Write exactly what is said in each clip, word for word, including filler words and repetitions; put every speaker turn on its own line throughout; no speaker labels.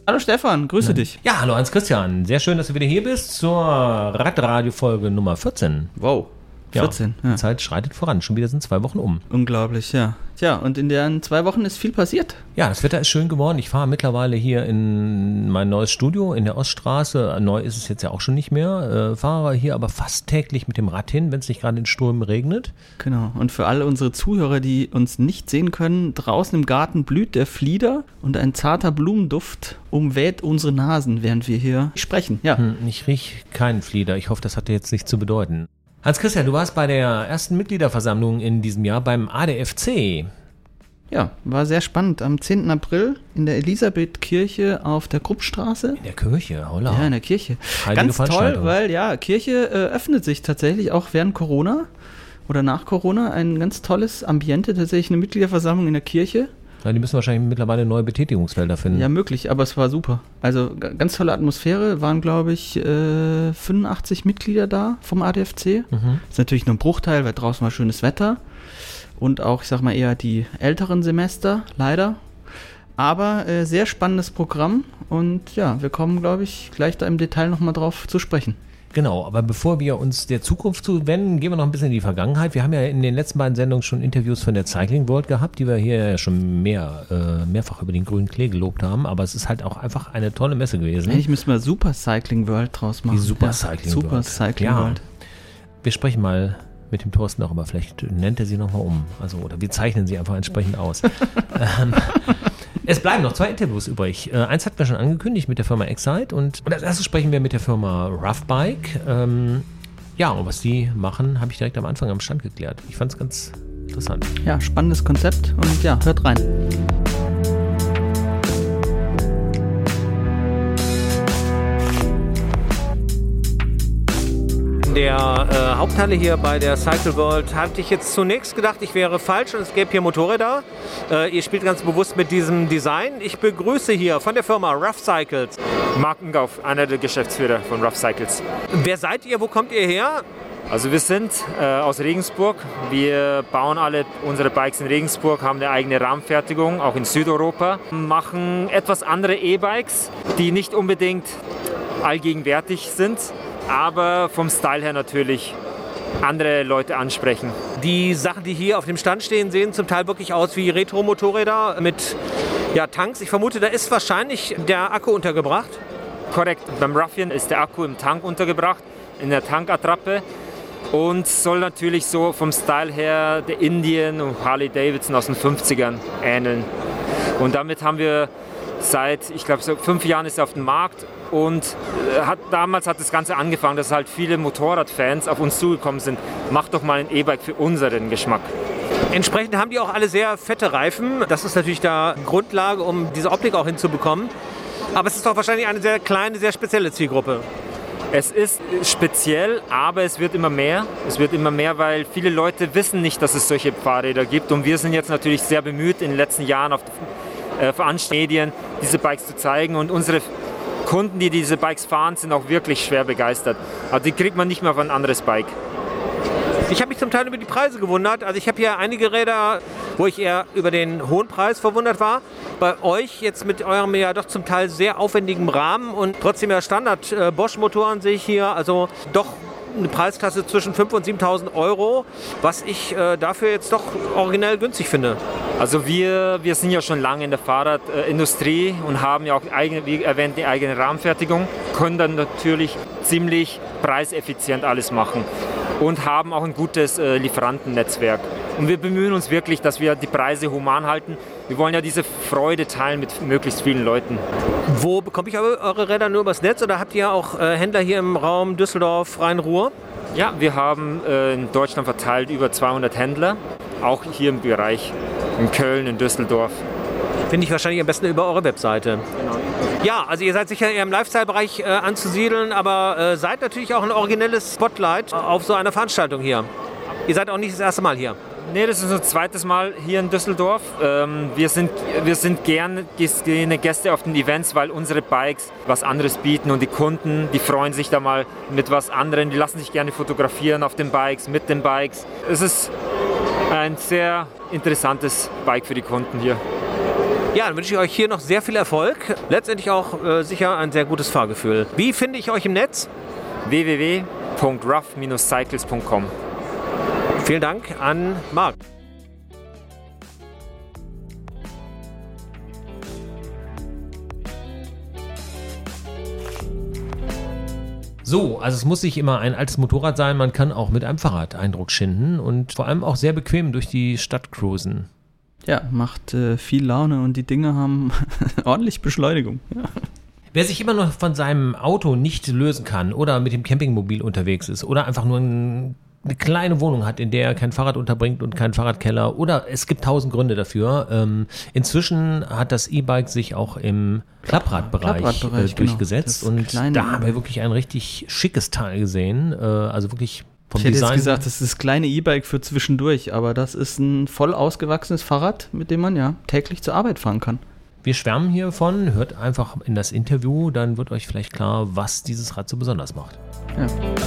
Hallo Stefan, grüße
Nein.
dich.
Ja, hallo Hans-Christian. Sehr schön, dass du wieder hier bist zur Radradio-Folge Nummer vierzehn.
Wow, vierzehn.
Ja,
Ja.
die Zeit schreitet voran. Schon wieder sind zwei Wochen um.
Unglaublich, ja. Tja, und in den zwei Wochen ist viel passiert.
Ja, das Wetter ist schön geworden. Ich fahre mittlerweile hier in mein neues Studio in der Oststraße. Neu ist es jetzt ja auch schon nicht mehr. Äh, fahre hier aber fast täglich mit dem Rad hin, wenn es nicht gerade in Strömen regnet.
Genau. Und für alle unsere Zuhörer, die uns nicht sehen können, draußen im Garten blüht der Flieder und ein zarter Blumenduft umweht unsere Nasen, während wir hier sprechen. Ja.
Hm, ich rieche keinen Flieder. Ich hoffe, das hat dir jetzt nichts zu bedeuten. Hans-Christian, du warst bei der ersten Mitgliederversammlung in diesem Jahr beim A D F C.
Ja, war sehr spannend. Am zehnten April in der Elisabethkirche auf der Kruppstraße.
In der Kirche, holla.
Ja, in der Kirche.
Heilige
Ganz toll,
Veranstaltung.
weil ja, Kirche äh, öffnet sich tatsächlich auch während Corona oder nach Corona. Ein ganz tolles Ambiente, tatsächlich eine Mitgliederversammlung in der Kirche.
Ja, die müssen wahrscheinlich mittlerweile neue Betätigungsfelder finden.
Ja, möglich, aber es war super. Also g- ganz tolle Atmosphäre, waren glaube ich äh, fünfundachtzig Mitglieder da vom A D F C.
Mhm.
Ist natürlich nur ein Bruchteil, weil draußen war schönes Wetter. Und auch, ich sag mal, eher die älteren Semester, leider. Aber äh, sehr spannendes Programm und ja, wir kommen, glaube ich, gleich da im Detail nochmal drauf zu sprechen.
Genau, aber bevor wir uns der Zukunft zuwenden, gehen wir noch ein bisschen in die Vergangenheit. Wir haben ja in den letzten beiden Sendungen schon Interviews von der Cycling World gehabt, die wir hier ja schon mehr, äh, mehrfach über den grünen Klee gelobt haben. Aber es ist halt auch einfach eine tolle Messe gewesen.
Eigentlich müssen wir Super Cycling World draus machen.
Die Super
ja,
Cycling
Super
World.
Cycling
Ja.
World.
Wir sprechen mal mit dem Thorsten darüber. Vielleicht nennt er sie nochmal um. Also, oder wir zeichnen sie einfach entsprechend aus. ähm, Es bleiben noch zwei Interviews übrig. Äh, eins hatten wir schon angekündigt mit der Firma Excite und, und als erstes sprechen wir mit der Firma Roughbike. Ähm, ja, und was die machen, habe ich direkt am Anfang am Stand geklärt. Ich fand es ganz interessant.
Ja, spannendes Konzept und ja, hört rein.
Der äh, Haupthalle hier bei der Cycle World hatte ich jetzt zunächst gedacht, ich wäre falsch und es gäbe hier Motorräder. Äh, ihr spielt ganz bewusst mit diesem Design. Ich begrüße hier von der Firma Rough Cycles.
Mark Ungauf, einer der Geschäftsführer von Rough Cycles.
Wer seid ihr? Wo kommt ihr her?
Also wir sind äh, aus Regensburg. Wir bauen alle unsere Bikes in Regensburg, haben eine eigene Rahmenfertigung, auch in Südeuropa. Machen etwas andere E-Bikes, die nicht unbedingt allgegenwärtig sind, aber vom Style her natürlich andere Leute ansprechen.
Die Sachen, die hier auf dem Stand stehen, sehen zum Teil wirklich aus wie Retro-Motorräder mit ja, Tanks. Ich vermute, da ist wahrscheinlich der Akku untergebracht.
Korrekt, beim Ruffian ist der Akku im Tank untergebracht, in der Tankattrappe und soll natürlich so vom Style her der Indian und Harley Davidson aus den fünfzigern ähneln. Und damit haben wir seit, ich glaube, so fünf Jahren ist er auf dem Markt und hat, damals hat das Ganze angefangen, dass halt viele Motorradfans auf uns zugekommen sind. Macht doch mal ein E-Bike für unseren Geschmack.
Entsprechend haben die auch alle sehr fette Reifen. Das ist natürlich da Grundlage, um diese Optik auch hinzubekommen. Aber es ist doch wahrscheinlich eine sehr kleine, sehr spezielle Zielgruppe.
Es ist speziell, aber es wird immer mehr. Es wird immer mehr, weil viele Leute wissen nicht, dass es solche Fahrräder gibt. Und wir sind jetzt natürlich sehr bemüht, in den letzten Jahren auf äh, Veranstaltungen diese Bikes zu zeigen. Und unsere Kunden, die diese Bikes fahren, sind auch wirklich schwer begeistert. Also die kriegt man nicht mehr auf ein anderes Bike.
Ich habe mich zum Teil über die Preise gewundert. Also ich habe hier einige Räder, wo ich eher über den hohen Preis verwundert war. Bei euch jetzt mit eurem ja doch zum Teil sehr aufwendigen Rahmen und trotzdem ja Standard äh, Bosch-Motoren sehe ich hier. Also doch eine Preisklasse zwischen fünftausend und siebentausend Euro, was ich äh, dafür jetzt doch originell günstig finde.
Also wir, wir sind ja schon lange in der Fahrradindustrie und haben ja auch, eigene, wie erwähnt, die eigene Rahmenfertigung, können dann natürlich ziemlich preiseffizient alles machen und haben auch ein gutes äh, Lieferantennetzwerk. Und wir bemühen uns wirklich, dass wir die Preise human halten. Wir wollen ja diese Freude teilen mit möglichst vielen Leuten.
Wo bekomme ich eure Räder nur übers Netz oder habt ihr auch äh, Händler hier im Raum Düsseldorf, Rhein-Ruhr?
Ja, wir haben äh, in Deutschland verteilt über zweihundert Händler, auch hier im Bereich, in Köln, in Düsseldorf.
Finde ich wahrscheinlich am besten über eure Webseite.
Genau.
Ja, also ihr seid sicher eher im Lifestyle-Bereich äh, anzusiedeln, aber äh, seid natürlich auch ein originelles Spotlight auf so einer Veranstaltung hier. Ihr seid auch nicht das erste Mal hier.
Nee, das ist unser zweites Mal hier in Düsseldorf. Ähm, wir sind, wir sind gerne Gäste auf den Events, weil unsere Bikes was anderes bieten und die Kunden, die freuen sich da mal mit was anderem. Die lassen sich gerne fotografieren auf den Bikes, mit den Bikes. Es ist ein sehr interessantes Bike für die Kunden hier.
Ja, dann wünsche ich euch hier noch sehr viel Erfolg. Letztendlich auch äh, sicher ein sehr gutes Fahrgefühl. Wie finde ich euch im Netz?
w w w punkt rough dash cycles punkt com.
Vielen Dank an Marc.
So, also es muss nicht immer ein altes Motorrad sein, man kann auch mit einem Fahrrad Eindruck schinden und vor allem auch sehr bequem durch die Stadt cruisen.
Ja, macht äh, viel Laune und die Dinge haben ordentlich Beschleunigung. Ja.
Wer sich immer noch von seinem Auto nicht lösen kann oder mit dem Campingmobil unterwegs ist oder einfach nur ein, eine kleine Wohnung hat, in der er kein Fahrrad unterbringt und keinen Fahrradkeller oder es gibt tausend Gründe dafür. Ähm, inzwischen hat das E-Bike sich auch im Klappradbereich,
Klappradbereich
äh, durchgesetzt
genau.
und da haben wir wirklich ein richtig schickes Teil gesehen. Äh, also wirklich vom
Ich hätte
Design.
jetzt gesagt, das ist das kleine E-Bike für zwischendurch, aber das ist ein voll ausgewachsenes Fahrrad, mit dem man ja täglich zur Arbeit fahren kann.
Wir schwärmen hiervon, hört einfach in das Interview, dann wird euch vielleicht klar, was dieses Rad so besonders macht.
Ja.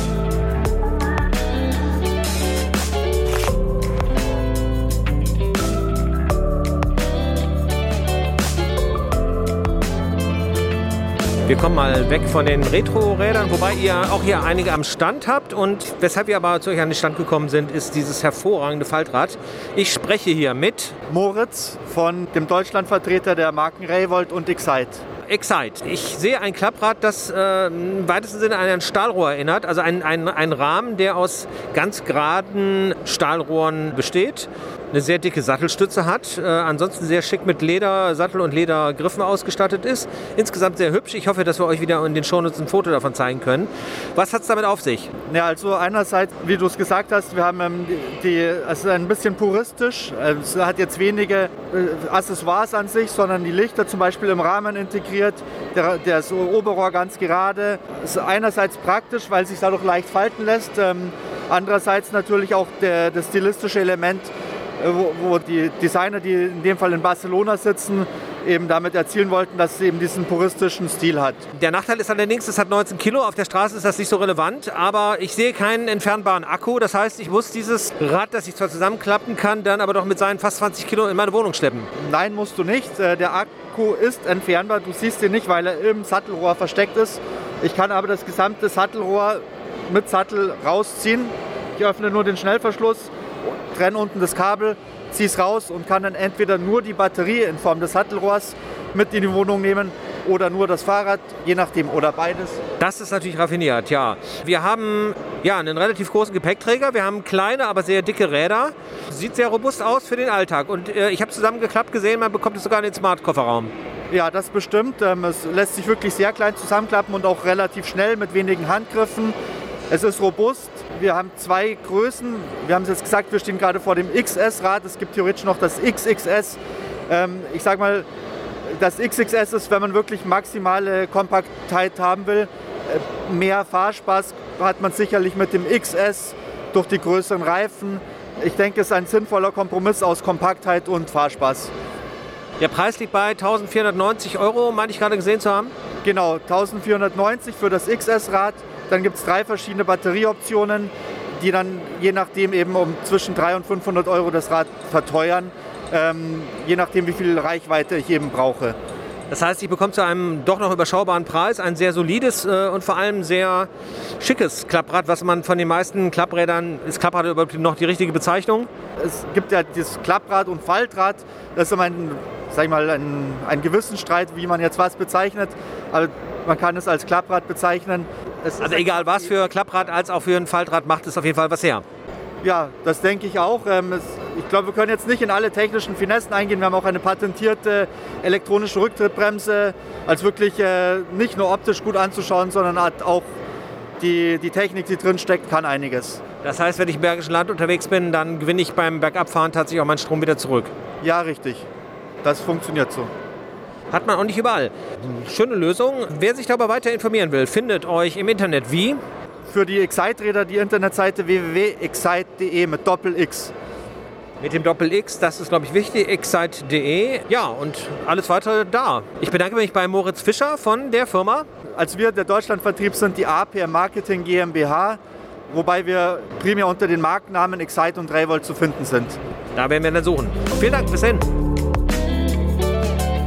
Wir kommen mal weg von den Retro-Rädern, wobei ihr auch hier einige am Stand habt. Und weshalb wir aber zu euch an den Stand gekommen sind, ist dieses hervorragende Faltrad. Ich spreche hier mit
Moritz von dem Deutschlandvertreter der Marken Revolt und Excite.
Excite. Ich sehe ein Klapprad, das äh, im weitesten Sinne an ein Stahlrohr erinnert. Also ein, ein, ein Rahmen, der aus ganz geraden Stahlrohren besteht. Eine sehr dicke Sattelstütze hat. Äh, ansonsten sehr schick mit Ledersattel und Ledergriffen ausgestattet ist. Insgesamt sehr hübsch. Ich hoffe, dass wir euch wieder in den Shownotes ein Foto davon zeigen können. Was hat es damit auf sich?
Ja, also einerseits, wie du es gesagt hast, wir haben ähm, die, also ein bisschen puristisch. Es hat jetzt wenige äh, Accessoires an sich, sondern die Lichter zum Beispiel im Rahmen integriert. Der, der so Oberrohr ganz gerade. Ist einerseits praktisch, weil es sich dadurch leicht falten lässt. Ähm, andererseits natürlich auch der, das stilistische Element, Wo, wo die Designer, die in dem Fall in Barcelona sitzen, eben damit erzielen wollten, dass es eben diesen puristischen Stil hat.
Der Nachteil ist allerdings, es hat neunzehn Kilo, auf der Straße ist das nicht so relevant, aber ich sehe keinen entfernbaren Akku. Das heißt, ich muss dieses Rad, das ich zwar zusammenklappen kann, dann aber doch mit seinen fast zwanzig Kilo in meine Wohnung schleppen.
Nein, musst du nicht. Der Akku ist entfernbar, du siehst ihn nicht, weil er im Sattelrohr versteckt ist. Ich kann aber das gesamte Sattelrohr mit Sattel rausziehen. Ich öffne nur den Schnellverschluss, trenne unten das Kabel, ziehe es raus und kann dann entweder nur die Batterie in Form des Sattelrohrs mit in die Wohnung nehmen oder nur das Fahrrad, je nachdem, oder beides.
Das ist natürlich raffiniert, ja. Wir haben ja einen relativ großen Gepäckträger, wir haben kleine, aber sehr dicke Räder. Sieht sehr robust aus für den Alltag und äh, ich habe zusammengeklappt gesehen, man bekommt es sogar in den Smart-Kofferraum.
Ja, das bestimmt. Ähm, es lässt sich wirklich sehr klein zusammenklappen und auch relativ schnell mit wenigen Handgriffen. Es ist robust. Wir haben zwei Größen. Wir haben es jetzt gesagt, wir stehen gerade vor dem X S-Rad. Es gibt theoretisch noch das X X S. Ähm, ich sage mal, das X X S ist, wenn man wirklich maximale Kompaktheit haben will. Äh, mehr Fahrspaß hat man sicherlich mit dem X S durch die größeren Reifen. Ich denke, es ist ein sinnvoller Kompromiss aus Kompaktheit und Fahrspaß.
Der Preis liegt bei eintausendvierhundertneunzig Euro, meine ich gerade gesehen zu haben.
Genau, eintausendvierhundertneunzig für das X S-Rad. Dann gibt es drei verschiedene Batterieoptionen, die dann je nachdem eben um zwischen dreihundert und fünfhundert Euro das Rad verteuern, ähm, je nachdem wie viel Reichweite ich eben brauche.
Das heißt, ich bekomme zu einem doch noch überschaubaren Preis ein sehr solides äh, und vor allem sehr schickes Klapprad, was man von den meisten Klapprädern, ist Klapprad überhaupt noch die richtige Bezeichnung?
Es gibt ja das Klapprad und Faltrad, das ist immer ein, sag ich mal, ein, ein Gewissensstreit, wie man jetzt was bezeichnet, aber man kann es als Klapprad bezeichnen. Es
also egal was für Klapprad als auch für ein Faltrad macht es auf jeden Fall was her.
Ja, das denke ich auch. Ich glaube, wir können jetzt nicht in alle technischen Finessen eingehen. Wir haben auch eine patentierte elektronische Rücktrittbremse, als wirklich nicht nur optisch gut anzuschauen, sondern auch die, die Technik, die drin steckt, kann einiges.
Das heißt, wenn ich im Bergischen Land unterwegs bin, dann gewinne ich beim Bergabfahren tatsächlich auch meinen Strom wieder zurück.
Ja, richtig. Das funktioniert so.
Hat man auch nicht überall. Schöne Lösung. Wer sich darüber weiter informieren will, findet euch im Internet wie?
Für die Excite-Räder die Internetseite w w w punkt excite punkt d e mit Doppel-X.
Mit dem Doppel-X, das ist, glaube ich, wichtig, excite punkt d e. Ja, und alles weitere da. Ich bedanke mich bei Moritz Fischer von der Firma.
Als wir der Deutschlandvertrieb sind, die A P M Marketing GmbH, wobei wir primär unter den Markennamen Excite und Revolt zu finden sind.
Da werden wir dann suchen. Vielen Dank, bis dann.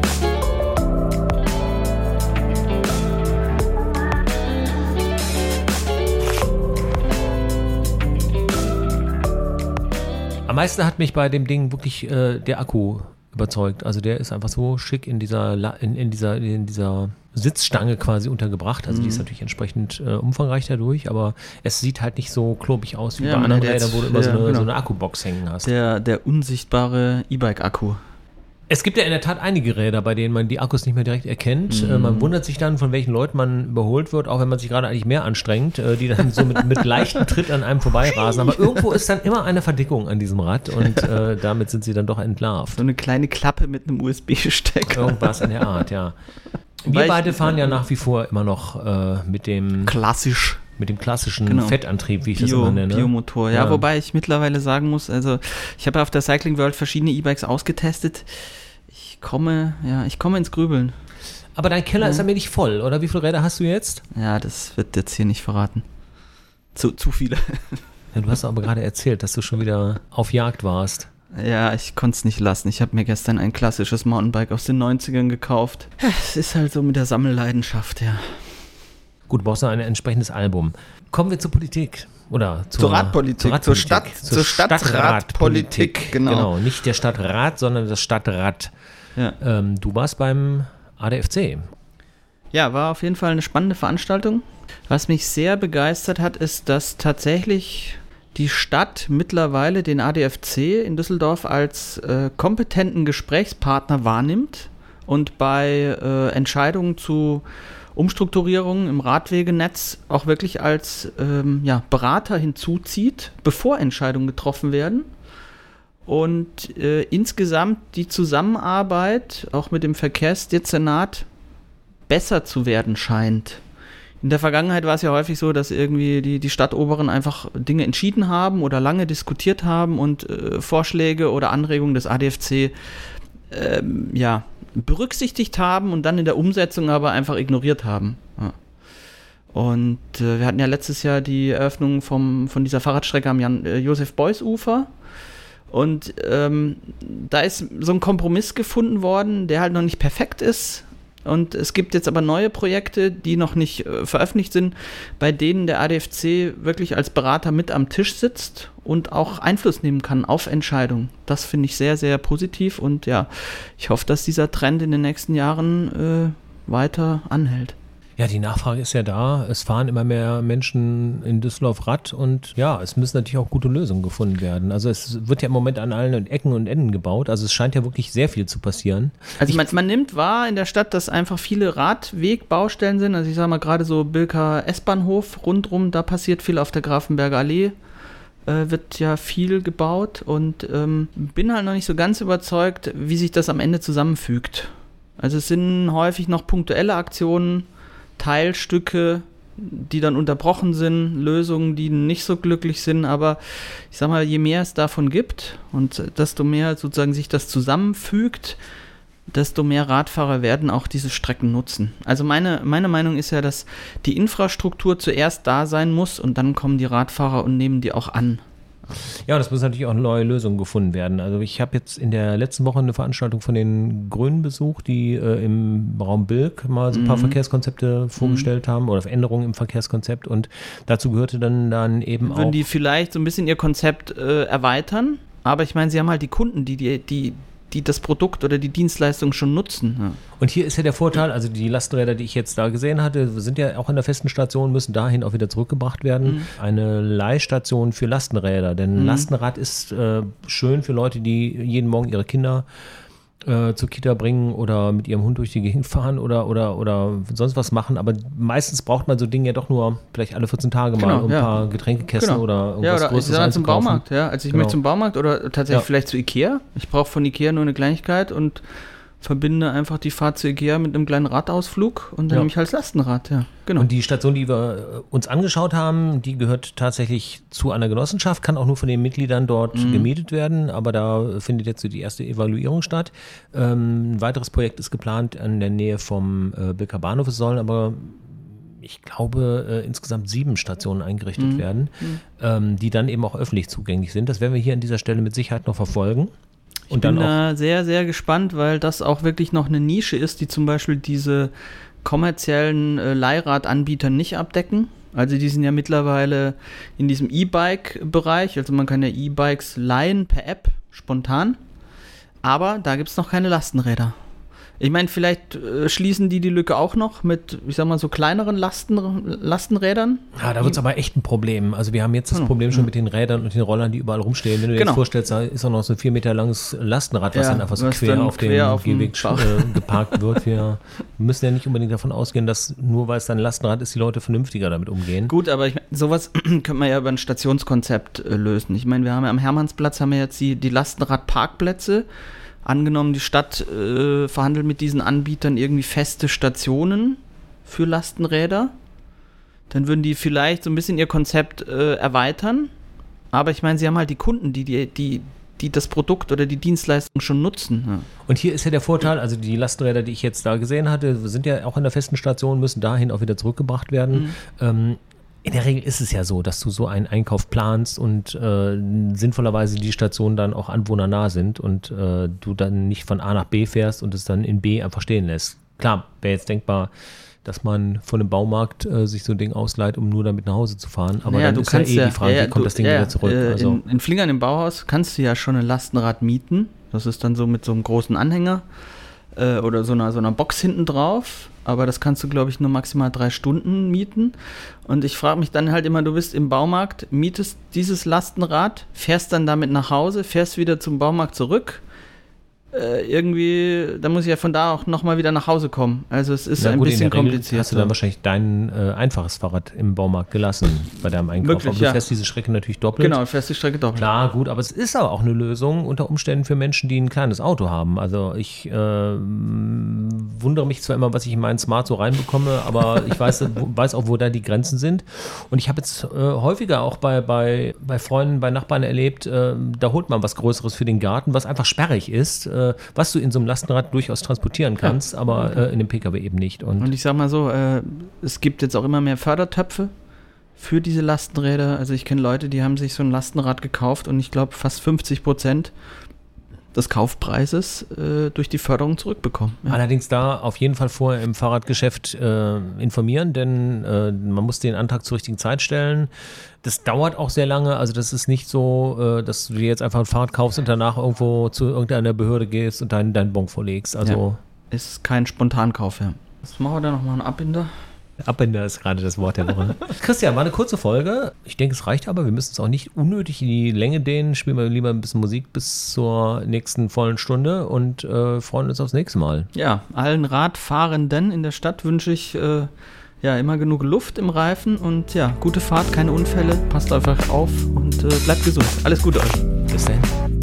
meisten hat mich bei dem Ding wirklich äh, der Akku überzeugt. Also der ist einfach so schick in dieser, La- in, in dieser, in dieser Sitzstange quasi untergebracht. Also mhm. die ist natürlich entsprechend äh, umfangreich dadurch, aber es sieht halt nicht so klobig aus wie
ja,
bei anderen Rädern, wo du immer
ja,
so, eine,
genau.
so eine Akkubox hängen hast.
Der, der unsichtbare E-Bike-Akku.
Es gibt ja in der Tat einige Räder, bei denen man die Akkus nicht mehr direkt erkennt.
Mhm.
Äh, man wundert sich dann, von welchen Leuten man überholt wird, auch wenn man sich gerade eigentlich mehr anstrengt, äh, die dann so mit, mit leichtem Tritt an einem vorbeirasen. Aber irgendwo ist dann immer eine Verdickung an diesem Rad und äh, damit sind sie dann doch entlarvt.
So eine kleine Klappe mit einem U S B-Stecker.
Irgendwas in der Art, ja. Wir
Weil
beide
ich,
fahren ja nach wie vor immer noch äh, mit dem
klassisch.
mit dem klassischen
Genau.
Fettantrieb, wie ich
Bio,
das immer nenne.
Biomotor, ja,
Ja.
wobei ich mittlerweile sagen muss, also ich habe ja auf der Cycling World verschiedene E-Bikes ausgetestet. Ich komme, ja, ich komme ins Grübeln.
Aber dein Keller
Ja.
ist allmählich voll, oder? Wie viele Räder hast du jetzt?
Ja, das wird jetzt hier nicht verraten. Zu, zu viele.
Ja, du hast aber gerade erzählt, dass du schon wieder auf Jagd warst.
Ja, ich konnte es nicht lassen. Ich habe mir gestern ein klassisches Mountainbike aus den neunzigern gekauft. Ja, es ist halt so mit der Sammelleidenschaft, ja.
Gut, du brauchst noch ein entsprechendes Album. Kommen wir zur Politik. Oder zur,
Zur Radpolitik,
zur,
zur
Radpolitik.
Stadt- zur Stadtratpolitik, genau.
Genau, nicht der Stadtrat, sondern das Stadtrat.
Ja.
Ähm, du warst beim A D F C.
Ja, war auf jeden Fall eine spannende Veranstaltung. Was mich sehr begeistert hat, ist, dass tatsächlich die Stadt mittlerweile den A D F C in Düsseldorf als äh, kompetenten Gesprächspartner wahrnimmt und bei äh, Entscheidungen zu Umstrukturierungen im Radwegenetz auch wirklich als ähm, ja, Berater hinzuzieht, bevor Entscheidungen getroffen werden. Und äh, insgesamt die Zusammenarbeit auch mit dem Verkehrsdezernat besser zu werden scheint. In der Vergangenheit war es ja häufig so, dass irgendwie die, die Stadtoberen einfach Dinge entschieden haben oder lange diskutiert haben und äh, Vorschläge oder Anregungen des A D F C ähm, ja, berücksichtigt haben und dann in der Umsetzung aber einfach ignoriert haben. Ja. Und äh, wir hatten ja letztes Jahr die Eröffnung vom, von dieser Fahrradstrecke am Jan, äh, Josef-Beuys-Ufer. Und ähm, da ist so ein Kompromiss gefunden worden, der halt noch nicht perfekt ist. Und es gibt jetzt aber neue Projekte, die noch nicht äh, veröffentlicht sind, bei denen der A D F C wirklich als Berater mit am Tisch sitzt und auch Einfluss nehmen kann auf Entscheidungen. Das finde ich sehr, sehr positiv und ja, ich hoffe, dass dieser Trend in den nächsten Jahren äh, weiter anhält.
Ja, die Nachfrage ist ja da. Es fahren immer mehr Menschen in Düsseldorf Rad und ja, es müssen natürlich auch gute Lösungen gefunden werden. Also es wird ja im Moment an allen Ecken und Enden gebaut. Also es scheint ja wirklich sehr viel zu passieren.
Also man, man nimmt wahr in der Stadt, dass einfach viele Radwegbaustellen sind. Also ich sage mal gerade so Bilker S-Bahnhof rundrum, da passiert viel auf der Grafenberger Allee. Äh, wird ja viel gebaut und ähm, bin halt noch nicht so ganz überzeugt, wie sich das am Ende zusammenfügt. Also es sind häufig noch punktuelle Aktionen, Teilstücke, die dann unterbrochen sind, Lösungen, die nicht so glücklich sind, aber ich sag mal, je mehr es davon gibt und desto mehr sozusagen sich das zusammenfügt, desto mehr Radfahrer werden auch diese Strecken nutzen. Also meine, meine Meinung ist ja, dass die Infrastruktur zuerst da sein muss und dann kommen die Radfahrer und nehmen die auch an.
Ja, das müssen natürlich auch neue Lösungen gefunden werden. Also ich habe jetzt in der letzten Woche eine Veranstaltung von den Grünen besucht, die äh, im Raum Bilk mal so ein paar
Mhm.
Verkehrskonzepte vorgestellt mhm. haben oder Veränderungen im Verkehrskonzept und dazu gehörte dann, dann eben
Würden
auch...
die vielleicht so ein bisschen ihr Konzept äh, erweitern, aber ich meine, sie haben halt die Kunden, die, die, die, die das Produkt oder die Dienstleistung schon nutzen. Ja.
Und hier ist ja der Vorteil, also die Lastenräder, die ich jetzt da gesehen hatte, sind ja auch in der festen Station, müssen dahin auch wieder zurückgebracht werden. Mhm. Eine Leihstation für Lastenräder, denn mhm. Lastenrad ist äh, schön für Leute, die jeden Morgen ihre Kinder äh, zur Kita bringen oder mit ihrem Hund durch die Gegend fahren oder, oder, oder sonst was machen, aber meistens braucht man so Dinge ja doch nur vielleicht alle vierzehn Tage mal,
Genau,
um ein
ja.
paar Getränkekästen
Genau.
oder irgendwas
Ja, oder ich
Größeres
sage zum
einzukaufen.
Baumarkt, ja. Also ich
Genau.
möchte zum Baumarkt oder tatsächlich
Ja.
vielleicht zu Ikea. Ich brauche von Ikea nur eine Kleinigkeit und verbinde einfach die Fahrt zu Ikea mit einem kleinen Radausflug und dann
Ja.
nehme ich als Lastenrad, ja. Genau.
Und die Station, die wir uns angeschaut haben, die gehört tatsächlich zu einer Genossenschaft, kann auch nur von den Mitgliedern dort
Mhm.
gemietet werden, aber da findet jetzt so die erste Evaluierung statt. Ähm, ein weiteres Projekt ist geplant in der Nähe vom äh, Bilker Bahnhof. Es sollen aber, ich glaube, äh, insgesamt sieben Stationen eingerichtet
Mhm.
werden, ähm, die dann eben auch öffentlich zugänglich sind. Das werden wir hier an dieser Stelle mit Sicherheit noch verfolgen.
Ich bin da sehr, sehr gespannt, weil das auch wirklich noch eine Nische ist, die zum Beispiel diese kommerziellen äh, Leihradanbieter nicht abdecken. Also die sind ja mittlerweile in diesem E-Bike-Bereich, also man kann ja E-Bikes leihen per App spontan, aber da gibt es noch keine Lastenräder. Ich meine, vielleicht äh, schließen die die Lücke auch noch mit, ich sag mal, so kleineren Lasten, Lastenrädern.
Ja, da wird es aber echt ein Problem. Also wir haben jetzt das Problem schon mit den Rädern und den Rollern, die überall rumstehen. Wenn du dir
Genau.
jetzt vorstellst, da ist auch noch so ein vier Meter langes Lastenrad, was
Ja,
dann einfach so
was
quer
dann
auf
quer
dem
auf dem
Gehweg
Bach.
äh, geparkt wird. Wir müssen ja nicht unbedingt davon ausgehen, dass nur weil es dann ein Lastenrad ist, die Leute vernünftiger damit umgehen.
Gut, aber ich mein, sowas könnte man ja über ein Stationskonzept äh, lösen. Ich meine, wir haben ja am Hermannsplatz haben wir jetzt die, die Lastenradparkplätze. Angenommen, die Stadt äh, verhandelt mit diesen Anbietern irgendwie feste Stationen für Lastenräder, dann würden die vielleicht so ein bisschen ihr Konzept äh, erweitern. Aber ich meine, sie haben halt die Kunden, die, die, die, die das Produkt oder die Dienstleistung schon nutzen. Ja.
Und hier ist ja der Vorteil, also die Lastenräder, die ich jetzt da gesehen hatte, sind ja auch in der festen Station, müssen dahin auch wieder zurückgebracht werden. Mhm. Ähm, In der Regel ist es ja so, dass du so einen Einkauf planst und äh, sinnvollerweise die Stationen dann auch anwohnernah sind und äh, du dann nicht von A nach B fährst und es dann in B einfach stehen lässt. Klar, wäre jetzt denkbar, dass man von einem Baumarkt äh, sich so ein Ding ausleiht, um nur damit nach Hause zu fahren. Aber
naja,
dann
du
ist
kannst
ja eh
ja,
die Frage,
ja,
wie kommt
du,
das Ding
ja,
wieder zurück?
Äh,
also,
in, in Flingern im Bauhaus kannst du ja schon ein Lastenrad mieten. Das ist dann so mit so einem großen Anhänger äh, oder so einer, so einer Box hinten drauf. Aber das kannst du, glaube ich, nur maximal drei Stunden mieten. Und ich frage mich dann halt immer, du bist im Baumarkt, mietest dieses Lastenrad, fährst dann damit nach Hause, fährst wieder zum Baumarkt zurück. Äh, irgendwie, da muss ich ja von da auch nochmal wieder nach Hause kommen. Also es ist
na
ein
gut,
bisschen
in der Regel
kompliziert.
hast du dann wahrscheinlich dein äh, einfaches Fahrrad im Baumarkt gelassen bei deinem Einkauf.
Möglich,
aber du
ja.
fährst diese Strecke natürlich doppelt.
Genau, fährst die Strecke doppelt.
Klar, gut, aber es ist aber auch eine Lösung unter Umständen für Menschen, die ein kleines Auto haben. Also ich äh, wundere mich zwar immer, was ich in meinen Smart so reinbekomme, aber ich weiß, weiß auch, wo da die Grenzen sind. Und ich habe jetzt äh, häufiger auch bei, bei, bei Freunden, bei Nachbarn erlebt, äh, da holt man was Größeres für den Garten, was einfach sperrig ist, äh, was du in so einem Lastenrad durchaus transportieren kannst, ja. aber äh, in dem Pkw eben nicht. Und,
Und ich sag mal so, äh, es gibt jetzt auch immer mehr Fördertöpfe für diese Lastenräder. Also ich kenne Leute, die haben sich so ein Lastenrad gekauft und ich glaube fast fünfzig Prozent des Kaufpreises äh, durch die Förderung zurückbekommen. Ja.
Allerdings da auf jeden Fall vorher im Fahrradgeschäft äh, informieren, denn äh, man muss den Antrag zur richtigen Zeit stellen. Das dauert auch sehr lange, also das ist nicht so, äh, dass du dir jetzt einfach ein Fahrrad kaufst und danach irgendwo zu irgendeiner Behörde gehst und deinen, deinen Bon vorlegst. Also
ja, ist kein Spontankauf, ja. Was machen wir da nochmal, einen Abbinder?
Abbinder ist gerade das Wort der Woche. Christian, war eine kurze Folge. Ich denke, es reicht aber. Wir müssen es auch nicht unnötig in die Länge dehnen. Spielen wir lieber ein bisschen Musik bis zur nächsten vollen Stunde und äh, freuen uns aufs nächste Mal.
Ja, allen Radfahrenden in der Stadt wünsche ich äh, ja immer genug Luft im Reifen und ja, gute Fahrt, keine Unfälle. Passt einfach auf und äh, bleibt gesund. Alles Gute euch.
Bis dahin.